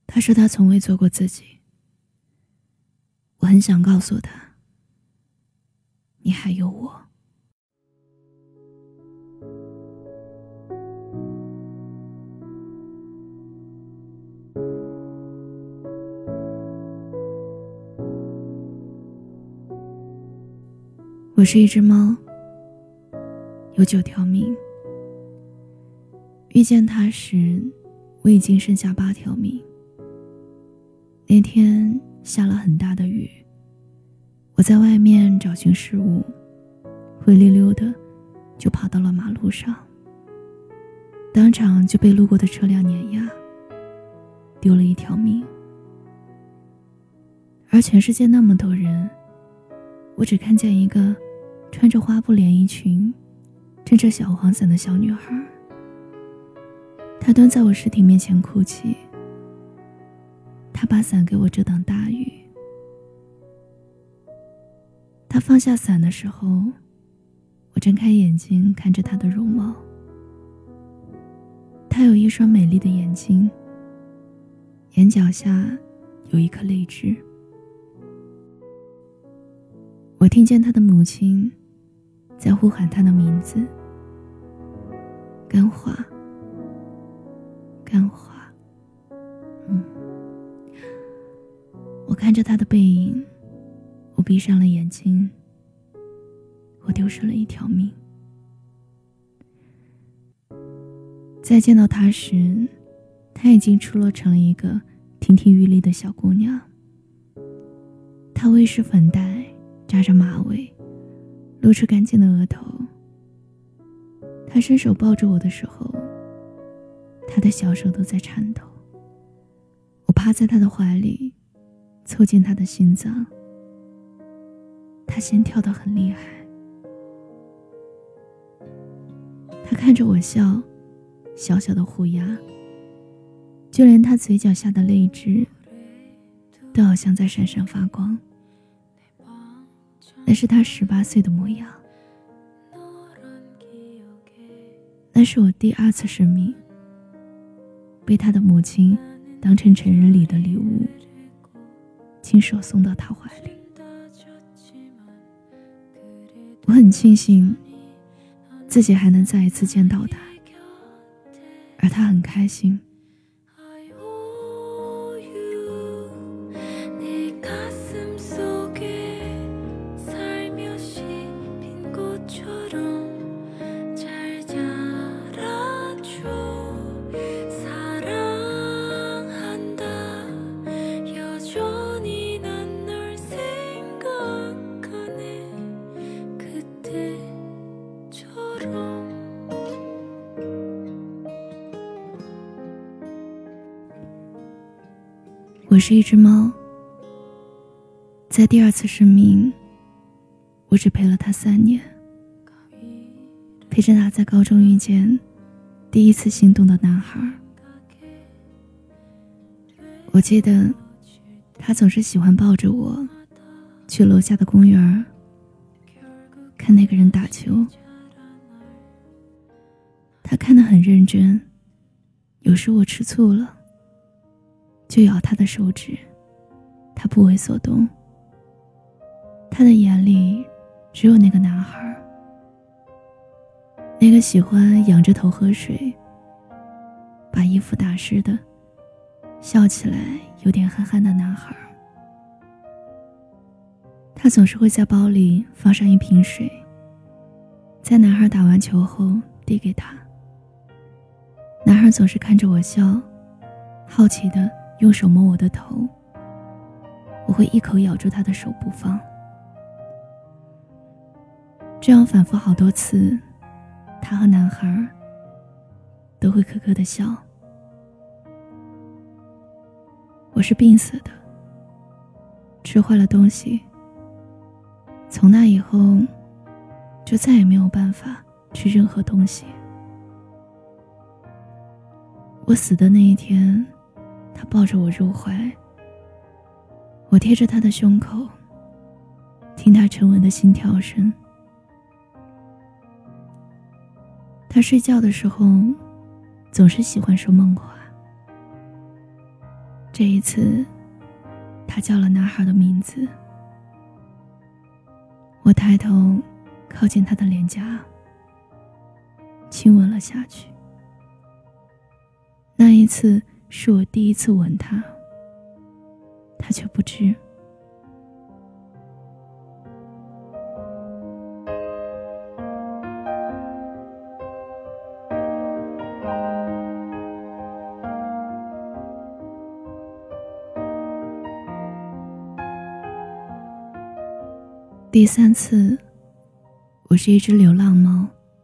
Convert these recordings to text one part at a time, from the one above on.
他说他从未做过自己。我很想告诉他，你还有我。我是一只猫，有9条命。遇见他时，我已经剩下8条命。那天下了很大的雨，我在外面找寻食物，灰溜溜的就跑到了马路上，当场就被路过的车辆碾压，丢了1条命。而全世界那么多人，我只看见一个穿着花布连衣裙撑着小黄伞的小女孩。她蹲在我尸体面前哭泣，她把伞给我遮挡大雨。她放下伞的时候，我睁开眼睛看着她的容貌。她有一双美丽的眼睛，眼角下有一颗泪痣。我听见她的母亲在呼喊她的名字，甘华，甘华。我看着她的背影，我闭上了眼睛，我丢失了1条命。再见到她时，她已经出落成了一个亭亭玉立的小姑娘。她微施粉黛，扎着马尾，露出干净的额头。她伸手抱住我的时候，她的小手都在颤抖。我趴在她的怀里，凑近她的心脏，她心跳得很厉害。她看着我笑，小小的虎牙，就连她嘴角下的泪痣都好像在闪闪发光。那是她18岁的模样。那是我第2次生命，被她的母亲当成成人礼的礼物，亲手送到她怀里。我很庆幸自己还能再一次见到她，而她很开心。我是一只猫，在第2次生命，我只陪了他3年，陪着他在高中遇见第1次心动的男孩。我记得他总是喜欢抱着我去楼下的公园看那个人打球。他看得很认真，有时我吃醋了就咬他的手指，他不为所动。他的眼里只有那个男孩，那个喜欢仰着头喝水，把衣服打湿的，笑起来有点憨憨的男孩。他总是会在包里放上1瓶水，在男孩打完球后递给他。男孩总是看着我笑，好奇地用手摸我的头，我会一口咬住他的手不放。这样反复好多次，他和男孩都会咯咯地笑。我是病死的，吃坏了东西，从那以后就再也没有办法吃任何东西。我死的那一天，他抱着我入怀，我贴着他的胸口，听他沉稳的心跳声。他睡觉的时候总是喜欢说梦话， 这一次他叫了男孩的名字，我抬头靠近他的脸颊，亲吻了下去。那一次是我第一次吻他，他却不知。第3次，我是一只流浪猫。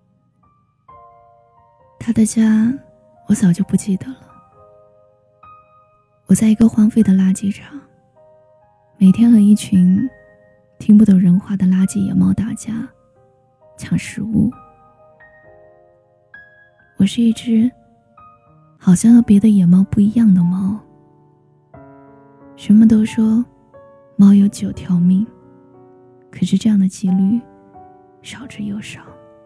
它的家我早就不记得了。我在一个荒废的垃圾场，每天和一群听不懂人话的垃圾野猫打架，抢食物。我是一只好像和别的野猫不一样的猫。人们都说猫有9条命，可是这样的几率少之又少。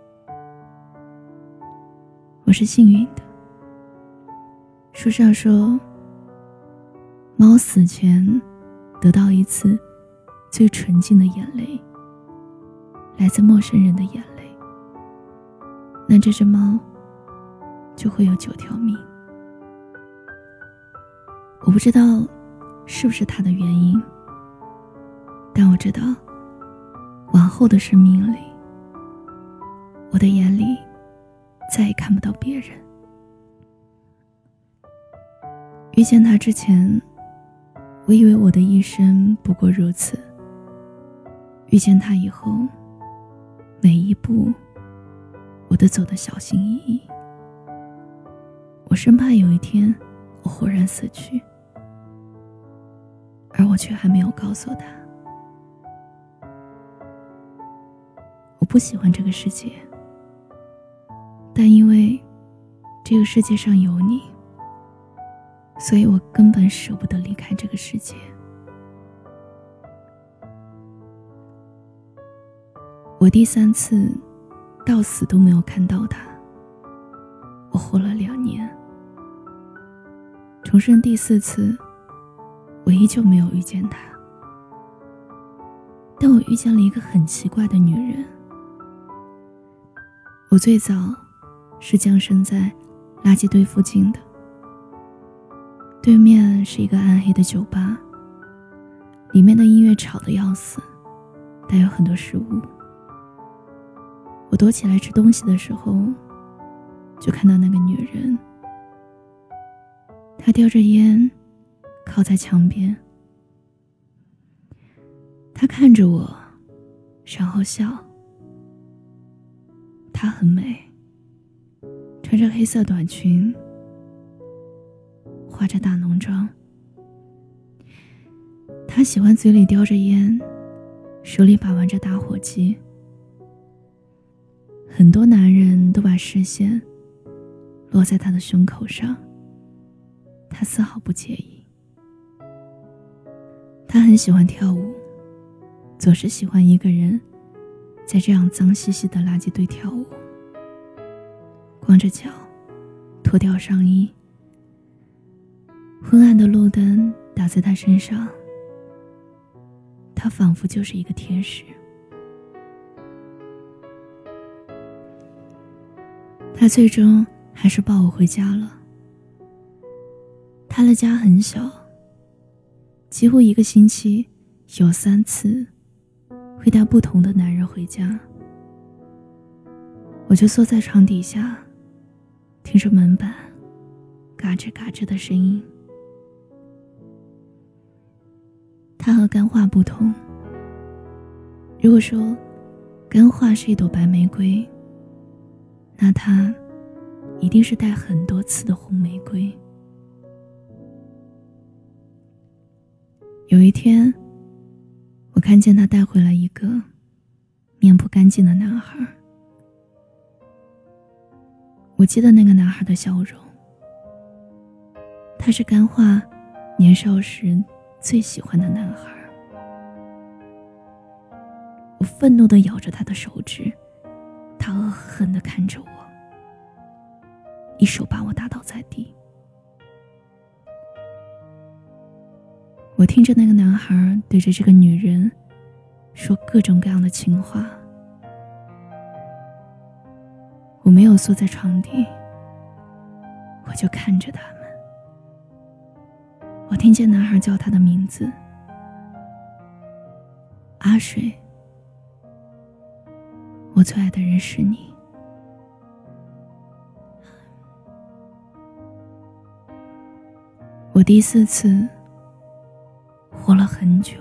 我是幸运的。书上说，猫死前得到一次最纯净的眼泪，来自陌生人的眼泪，那这只猫就会有9条命。我不知道是不是它的原因，但我知道往后的生命里，我的眼里再也看不到别人。遇见他之前，我以为我的一生不过如此。遇见他以后，每一步我都走得小心翼翼。我生怕有一天我忽然死去，而我却还没有告诉他。我不喜欢这个世界，但因为这个世界上有你，所以我根本舍不得离开这个世界。我第3次到死都没有看到他，我活了2年。重生第4次，我依旧没有遇见他，但我遇见了一个很奇怪的女人。我最早是降生在垃圾堆附近的，对面是一个暗黑的酒吧，里面的音乐吵得要死，带有很多食物。我躲起来吃东西的时候，就看到那个女人，她叼着烟靠在墙边，她看着我，然后笑。她很美，穿着黑色短裙，化着大浓妆。她喜欢嘴里叼着烟，手里把玩着打火机。很多男人都把视线落在她的胸口上，她丝毫不介意。她很喜欢跳舞，总是喜欢一个人在这样脏兮兮的垃圾堆跳舞，光着脚，脱掉上衣。昏暗的路灯打在她身上，她仿佛就是一个天使。她最终还是抱我回家了。她的家很小，几乎一个星期有3次会带不同的男人回家。我就缩在床底下，听着门板嘎吱嘎吱的声音。它和干花不同，如果说干花是一朵白玫瑰，那它一定是带很多刺的红玫瑰。有一天，我看见他带回来一个面不干净的男孩。我记得那个男孩的笑容，他是干花年少时最喜欢的男孩。我愤怒地咬着他的手指，他恶狠地看着我，一手把我打倒在地。 我听着那个男孩对着这个女人说各种各样的情话。我没有缩在床底，我就看着他们。我听见男孩叫他的名字，阿水，我最爱的人是你。我第4次活了很久。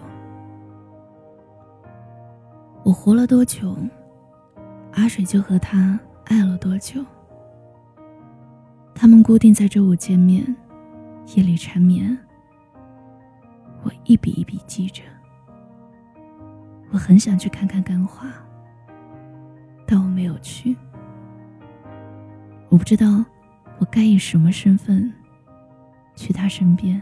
我活了多久，阿水就和他爱了多久。他们固定在周5见面，夜里缠绵。我一笔一笔记着。我很想去看看干花，但我没有去。我不知道我该以什么身份去他身边。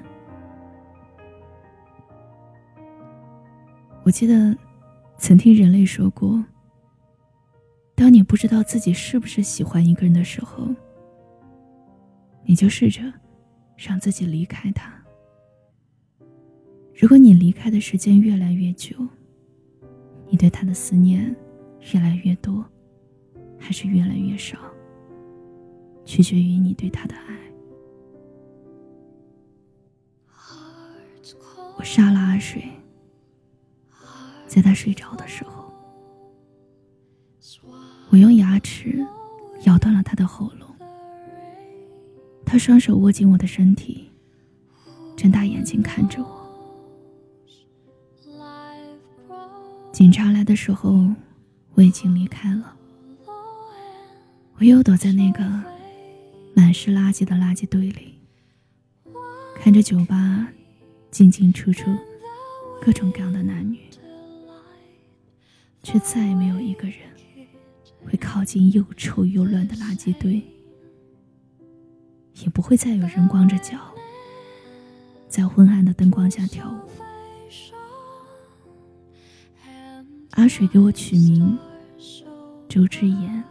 我记得曾听人类说过，当你不知道自己是不是喜欢一个人的时候，你就试着让自己离开他。如果你离开的时间越来越久，你对他的思念越来越多，还是越来越少，取决于你对他的爱。我杀了阿水，在他睡着的时候，我用牙齿咬断了他的喉咙。他双手握紧我的身体，睁大眼睛看着我。警察来的时候，我已经离开了。我又躲在那个满是垃圾的垃圾堆里，看着酒吧进进出出各种各样的男女，却再也没有一个人会靠近又臭又乱的垃圾堆，也不会再有人光着脚在昏暗的灯光下跳舞。阿水给我取名周之言，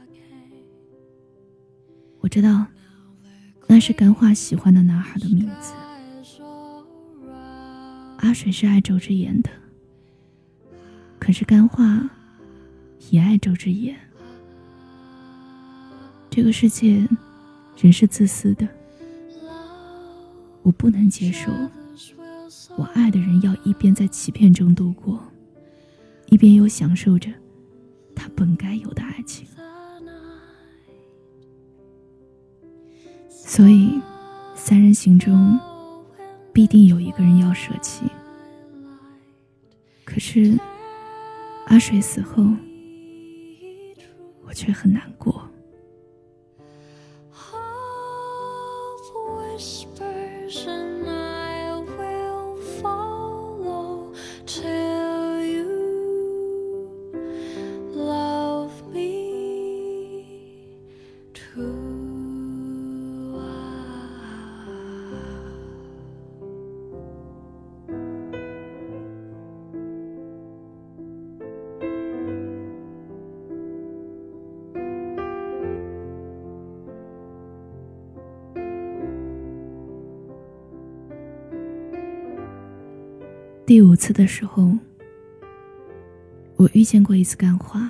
我知道那是干花喜欢的男孩的名字。阿水是爱周之言的，可是干花也爱周之言。这个世界人是自私的，我不能接受我爱的人要一边在欺骗中度过，一边又享受着他本该有的爱情。所以3人行中必定有一个人要舍弃。可是阿水死后，我却很难过。第5次的时候，我遇见过一次干花。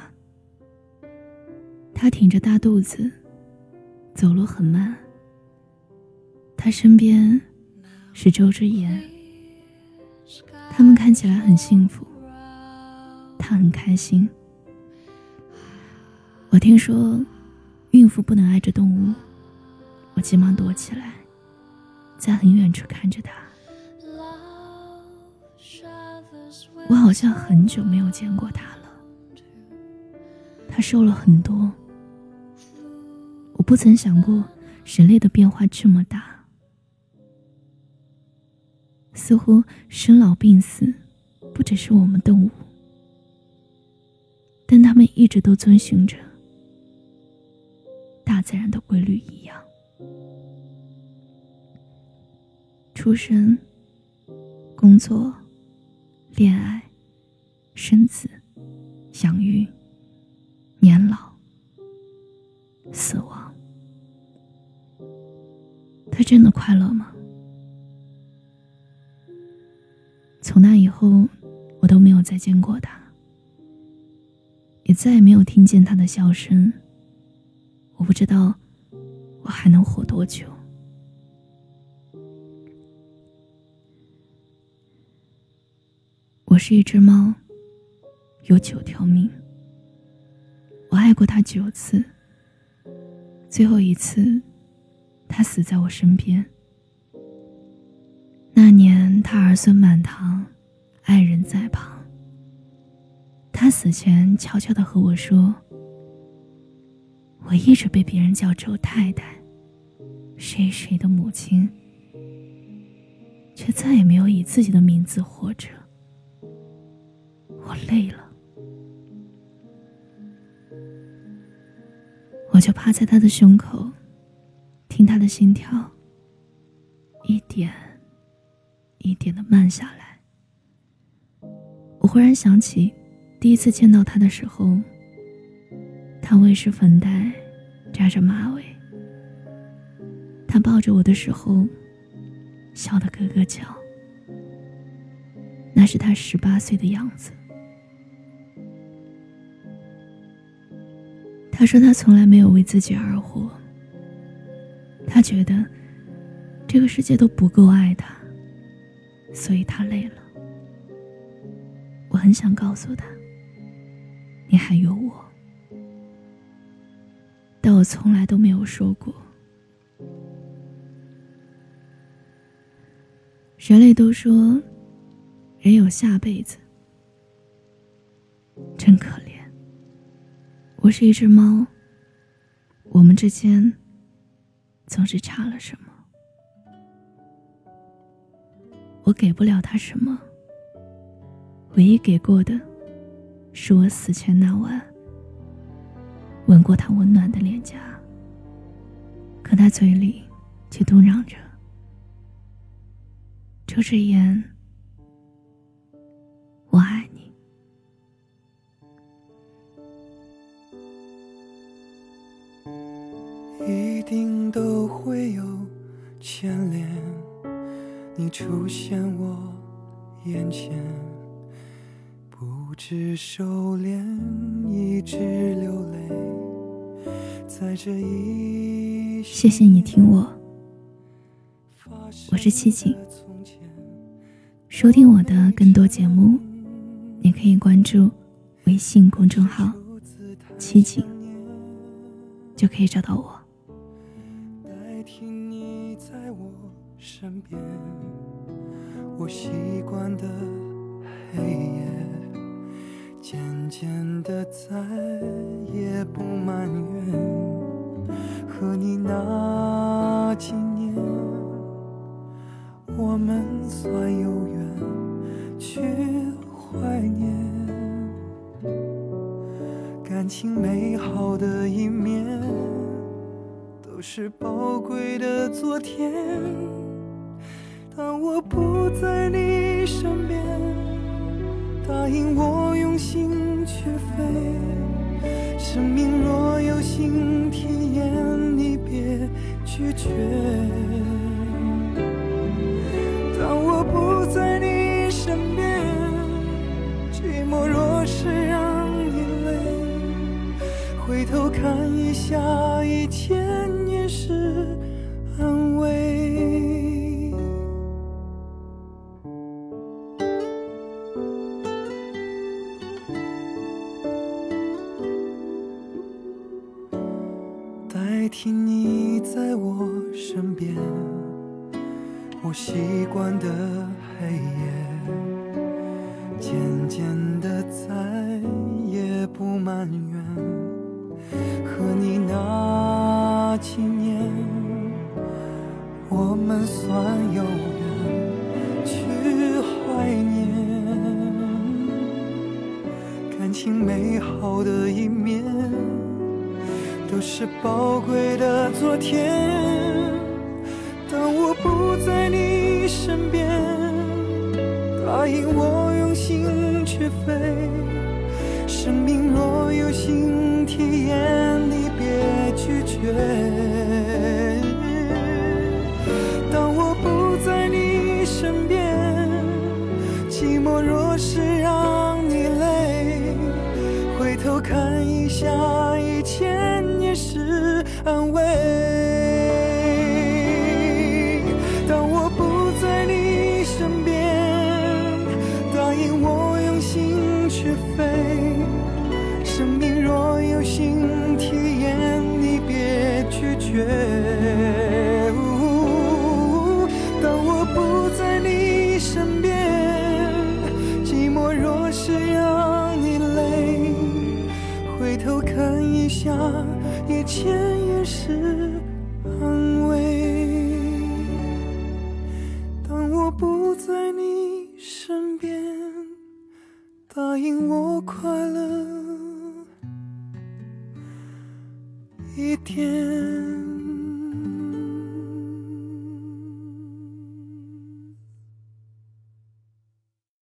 他挺着大肚子，走路很慢。他身边是周之言，他们看起来很幸福，他很开心。我听说孕妇不能挨着动物，我急忙躲起来，在很远处看着他。我好像很久没有见过他了，他瘦了很多。我不曾想过人类的变化这么大，似乎生老病死不只是我们动物，但他们一直都遵循着大自然的规律一样。出生、工作、恋爱、生子、养育、年老、死亡。他真的快乐吗？ 从那以后，我都没有再见过他，也再也没有听见他的笑声。我不知道我还能活多久。我是一只猫，有9条命。我爱过他9次，最后一次，他死在我身边。那年他儿孙满堂，爱人在旁。他死前悄悄地和我说，我一直被别人叫周太太，谁谁的母亲，却再也没有以自己的名字活着。我累了，我就趴在他的胸口，听他的心跳一点一点地慢下来。我忽然想起第一次见到他的时候，他未施粉黛，扎着马尾。他抱着我的时候笑得咯咯叫，那是他18岁的样子。他说他从来没有为自己而活，他觉得这个世界都不够爱他，所以他累了。我很想告诉他，你还有我，但我从来都没有说过。人类都说人有下辈子，真可怜。我是一只猫，我们之间总是差了什么。我给不了他什么，唯一给过的是我死前那晚吻过他温暖的脸颊，可他嘴里却嘟囔着，周志言，我爱你。 一定都会有牵连，你出现我眼前，不知收敛，一直流泪，在这一谢谢你听我是七景。收听我的更多节目，你可以关注微信公众号七景，就可以找到我。 代替你在我身边，我习惯的黑夜，渐渐的再也不埋怨，和你那几年，我们算有缘，却怀念感情美好的一面，都是宝贵的昨天。当我不在你身边，答应我用心去飞，生命若有新体验，你别拒绝。当我不在你身边，寂寞若是让你累，回头看一下，以前也是安慰。代替你在我身边，我习惯的黑夜，渐渐的再也不埋怨，和你那几年，我们算有缘，去怀念感情美好的一面，都是宝贵的昨天。当我不在你身边，答应我用心去飞，生命若有新体验，你别拒绝。当我不在你身边，寂看一下，以前也是安慰。当我不在你身边，答应我用心去飞。生命若有新体验，你别拒绝。当我不在你身边，寂寞若是让你累，回头看一下，以前也是安慰。当我不在你身边，答应我快乐一点。